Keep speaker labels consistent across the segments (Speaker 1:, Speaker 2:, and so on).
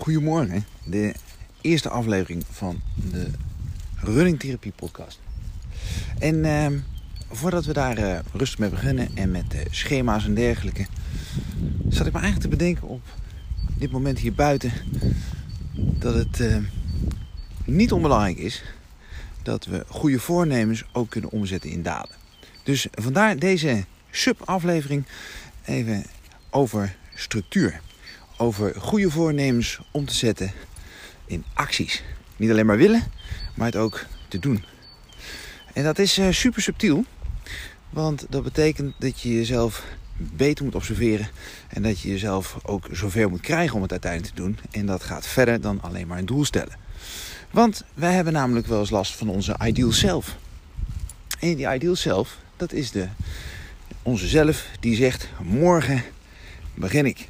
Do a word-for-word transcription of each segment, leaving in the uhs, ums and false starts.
Speaker 1: Goedemorgen, de eerste aflevering van de Running Therapie podcast. En uh, voordat we daar uh, rustig mee beginnen en met uh, schema's en dergelijke, zat ik me eigenlijk te bedenken op dit moment hier buiten dat het uh, niet onbelangrijk is dat we goede voornemens ook kunnen omzetten in daden. Dus vandaar deze sub-aflevering even over structuur. Over goede voornemens om te zetten in acties. Niet alleen maar willen, maar het ook te doen. En dat is uh, super subtiel. Want dat betekent dat je jezelf beter moet observeren. En dat je jezelf ook zover moet krijgen om het uiteindelijk te doen. En dat gaat verder dan alleen maar een doel stellen. Want wij hebben namelijk wel eens last van onze ideal self. En die ideal self, dat is de, onze zelf die zegt, morgen begin ik.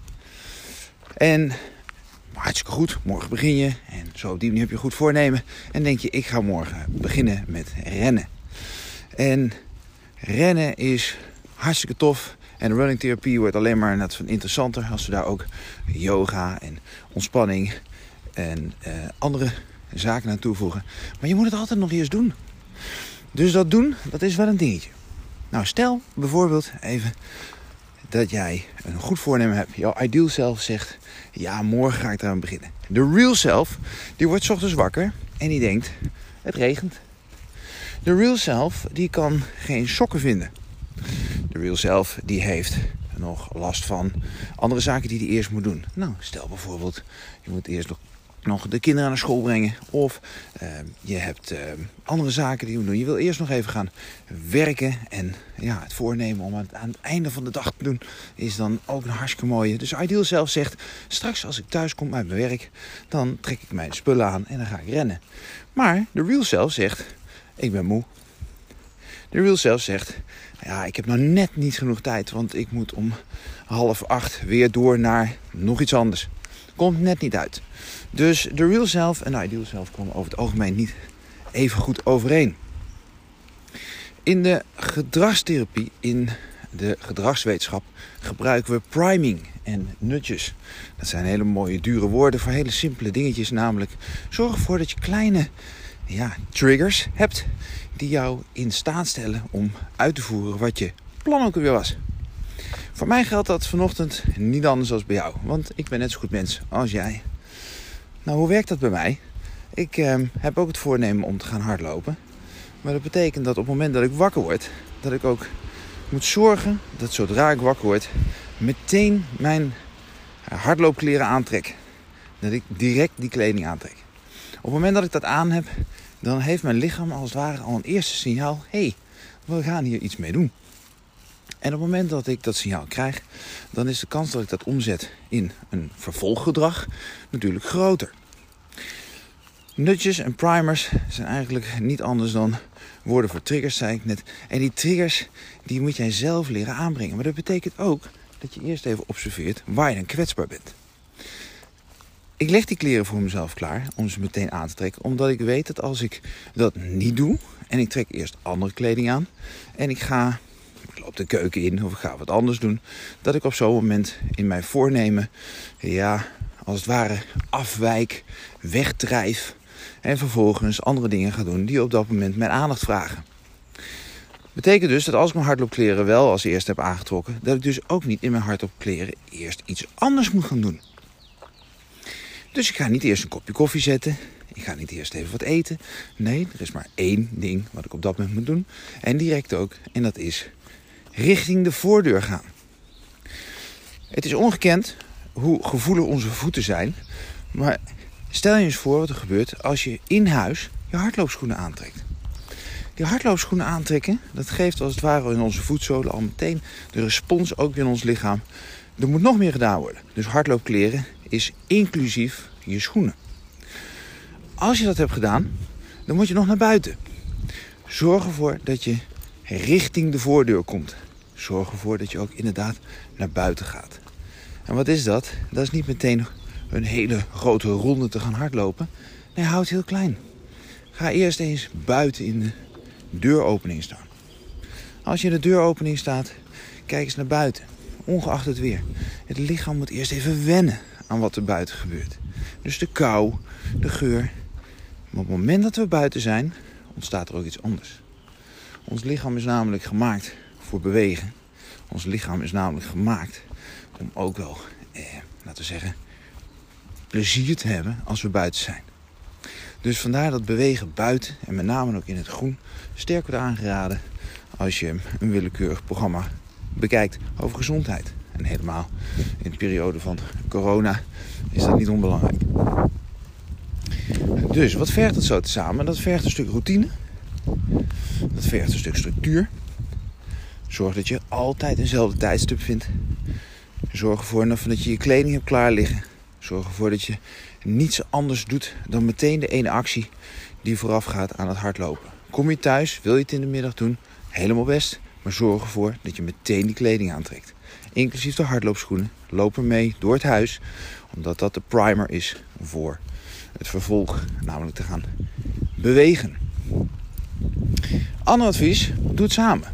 Speaker 1: En hartstikke goed, morgen begin je. En zo op die manier heb je goed voornemen. En denk je, ik ga morgen beginnen met rennen. En rennen is hartstikke tof. En de running therapie wordt alleen maar net interessanter als we daar ook yoga en ontspanning en uh, andere zaken aan toevoegen. Maar je moet het altijd nog eerst doen. Dus dat doen, dat is wel een dingetje. Nou, stel bijvoorbeeld even dat jij een goed voornemen hebt. Jouw ideal self zegt, ja, morgen ga ik eraan beginnen. De real self, die wordt 's ochtends wakker en die denkt, het regent. De real self, die kan geen sokken vinden. De real self, die heeft nog last van andere zaken die hij eerst moet doen. Nou, stel bijvoorbeeld, je moet eerst nog nog de kinderen naar school brengen. Of uh, je hebt uh, andere zaken die je moet doen. Je wil eerst nog even gaan werken. En ja, het voornemen om het aan het einde van de dag te doen is dan ook een hartstikke mooie. Dus Ideal zelf zegt, straks als ik thuis kom uit mijn werk, dan trek ik mijn spullen aan en dan ga ik rennen. Maar de Real Self zegt, ik ben moe. De Real Self zegt, ja, ik heb nou net niet genoeg tijd, want ik moet om half acht weer door naar nog iets anders. Komt net niet uit. Dus de real self en de ideal self komen over het algemeen niet even goed overeen. In de gedragstherapie, in de gedragswetenschap, gebruiken we priming en nudges. Dat zijn hele mooie, dure woorden voor hele simpele dingetjes. Namelijk, zorg ervoor dat je kleine ja, triggers hebt die jou in staat stellen om uit te voeren wat je plan ook weer was. Voor mij geldt dat vanochtend niet anders dan bij jou. Want ik ben net zo goed mens als jij. Nou, hoe werkt dat bij mij? Ik eh, heb ook het voornemen om te gaan hardlopen. Maar dat betekent dat op het moment dat ik wakker word, dat ik ook moet zorgen dat zodra ik wakker word, meteen mijn hardloopkleren aantrek. Dat ik direct die kleding aantrek. Op het moment dat ik dat aan heb, dan heeft mijn lichaam als het ware al een eerste signaal. Hé, hey, we gaan hier iets mee doen. En op het moment dat ik dat signaal krijg, dan is de kans dat ik dat omzet in een vervolggedrag natuurlijk groter. Nudges en primers zijn eigenlijk niet anders dan woorden voor triggers, zei ik net. En die triggers, die moet jij zelf leren aanbrengen. Maar dat betekent ook dat je eerst even observeert waar je dan kwetsbaar bent. Ik leg die kleren voor mezelf klaar om ze meteen aan te trekken. Omdat ik weet dat als ik dat niet doe en ik trek eerst andere kleding aan en ik ga... ik loop de keuken in of ik ga wat anders doen, dat ik op zo'n moment in mijn voornemen, ja, als het ware afwijk, wegdrijf en vervolgens andere dingen ga doen die op dat moment mijn aandacht vragen. Betekent dus dat als ik mijn hardloopkleren wel als eerste heb aangetrokken, dat ik dus ook niet in mijn hardloopkleren eerst iets anders moet gaan doen. Dus ik ga niet eerst een kopje koffie zetten. Ik ga niet eerst even wat eten. Nee, er is maar één ding wat ik op dat moment moet doen. En direct ook. En dat is richting de voordeur gaan. Het is ongekend hoe gevoelig onze voeten zijn. Maar stel je eens voor wat er gebeurt als je in huis je hardloopschoenen aantrekt. Die hardloopschoenen aantrekken, dat geeft als het ware in onze voetzolen al meteen de respons ook in ons lichaam. Er moet nog meer gedaan worden. Dus hardloopkleren is inclusief je schoenen. Als je dat hebt gedaan, dan moet je nog naar buiten. Zorg ervoor dat je richting de voordeur komt. Zorg ervoor dat je ook inderdaad naar buiten gaat. En wat is dat? Dat is niet meteen een hele grote ronde te gaan hardlopen. Nee, houd het heel klein. Ga eerst eens buiten in de deuropening staan. Als je in de deuropening staat, kijk eens naar buiten. Ongeacht het weer. Het lichaam moet eerst even wennen aan wat er buiten gebeurt. Dus de kou, de geur. Maar op het moment dat we buiten zijn, ontstaat er ook iets anders. Ons lichaam is namelijk gemaakt voor bewegen. Ons lichaam is namelijk gemaakt om ook wel, eh, laten we zeggen, plezier te hebben als we buiten zijn. Dus vandaar dat bewegen buiten, en met name ook in het groen, sterk wordt aangeraden als je een willekeurig programma bekijkt over gezondheid. En helemaal in de periode van corona is dat niet onbelangrijk. Dus wat vergt het zo tezamen? Dat vergt een stuk routine. Dat vergt een stuk structuur. Zorg dat je altijd eenzelfde tijdstip vindt. Zorg ervoor dat je je kleding hebt klaar liggen. Zorg ervoor dat je niets anders doet dan meteen de ene actie die vooraf gaat aan het hardlopen. Kom je thuis, wil je het in de middag doen, helemaal best. Maar zorg ervoor dat je meteen die kleding aantrekt. Inclusief de hardloopschoenen. Loop ermee door het huis. Omdat dat de primer is voor het vervolg. Namelijk te gaan bewegen. Ander advies, doe het samen.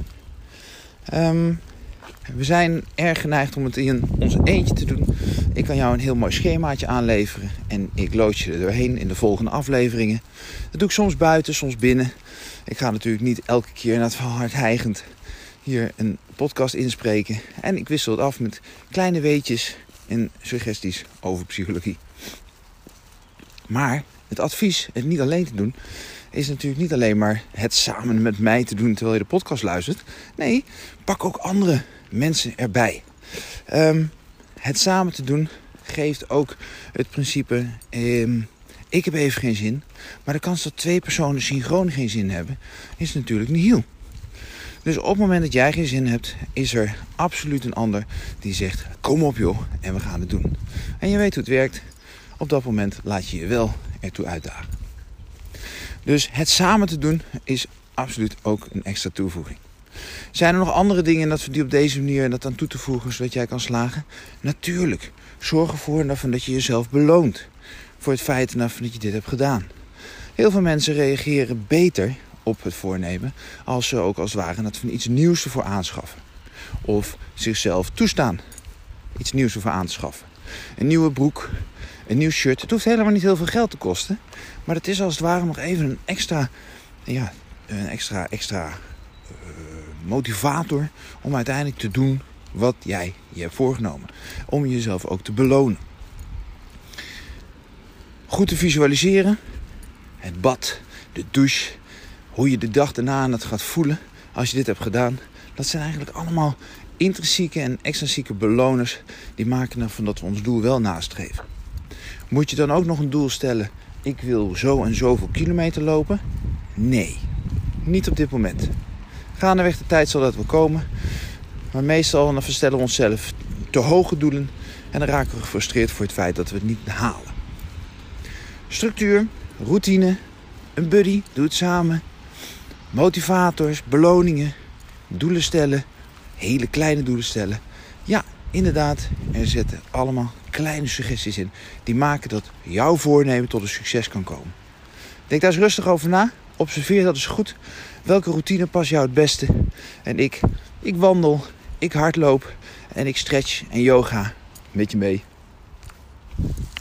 Speaker 1: Um, we zijn erg geneigd om het in ons eentje te doen. Ik kan jou een heel mooi schemaatje aanleveren. En ik lood je er doorheen in de volgende afleveringen. Dat doe ik soms buiten, soms binnen. Ik ga natuurlijk niet elke keer naar het hard hijgend hier een podcast inspreken. En ik wissel het af met kleine weetjes en suggesties over psychologie. Maar het advies, het niet alleen te doen, is natuurlijk niet alleen maar het samen met mij te doen terwijl je de podcast luistert. Nee, pak ook andere mensen erbij. Um, het samen te doen geeft ook het principe, um, ik heb even geen zin. Maar de kans dat twee personen synchroon geen zin hebben, is natuurlijk nihil. Dus op het moment dat jij geen zin hebt, is er absoluut een ander die zegt, kom op joh, en we gaan het doen. En je weet hoe het werkt. Op dat moment laat je je wel ertoe uitdagen. Dus het samen te doen is absoluut ook een extra toevoeging. Zijn er nog andere dingen dat we die op deze manier dat aan toe te voegen, zodat jij kan slagen? Natuurlijk. Zorg ervoor dat je jezelf beloont voor het feit dat je dit hebt gedaan. Heel veel mensen reageren beter op het voornemen als ze ook als het ware dat van iets nieuws ervoor aanschaffen. Of zichzelf toestaan iets nieuws ervoor aan te schaffen. Een nieuwe broek, een nieuw shirt. Het hoeft helemaal niet heel veel geld te kosten. Maar het is als het ware nog even een extra, ja, een extra, extra uh, motivator om uiteindelijk te doen wat jij je hebt voorgenomen. Om jezelf ook te belonen. Goed te visualiseren. Het bad, de douche, hoe je de dag daarna aan het gaat voelen als je dit hebt gedaan. Dat zijn eigenlijk allemaal intrinsieke en extrinsieke beloners die maken ervan dat we ons doel wel nastreven. Moet je dan ook nog een doel stellen, ik wil zo en zoveel kilometer lopen? Nee, niet op dit moment. Gaandeweg de tijd zal dat wel komen. Maar meestal dan stellen we onszelf te hoge doelen en dan raken we gefrustreerd voor het feit dat we het niet halen. Structuur, routine, een buddy, doe het samen. Motivators, beloningen, doelen stellen, hele kleine doelen stellen. Ja, inderdaad, er zitten allemaal kleine suggesties in die maken dat jouw voornemen tot een succes kan komen. Denk daar eens rustig over na. Observeer dat eens goed. Welke routine past jou het beste? En ik, ik wandel, ik hardloop en ik stretch en yoga met je mee.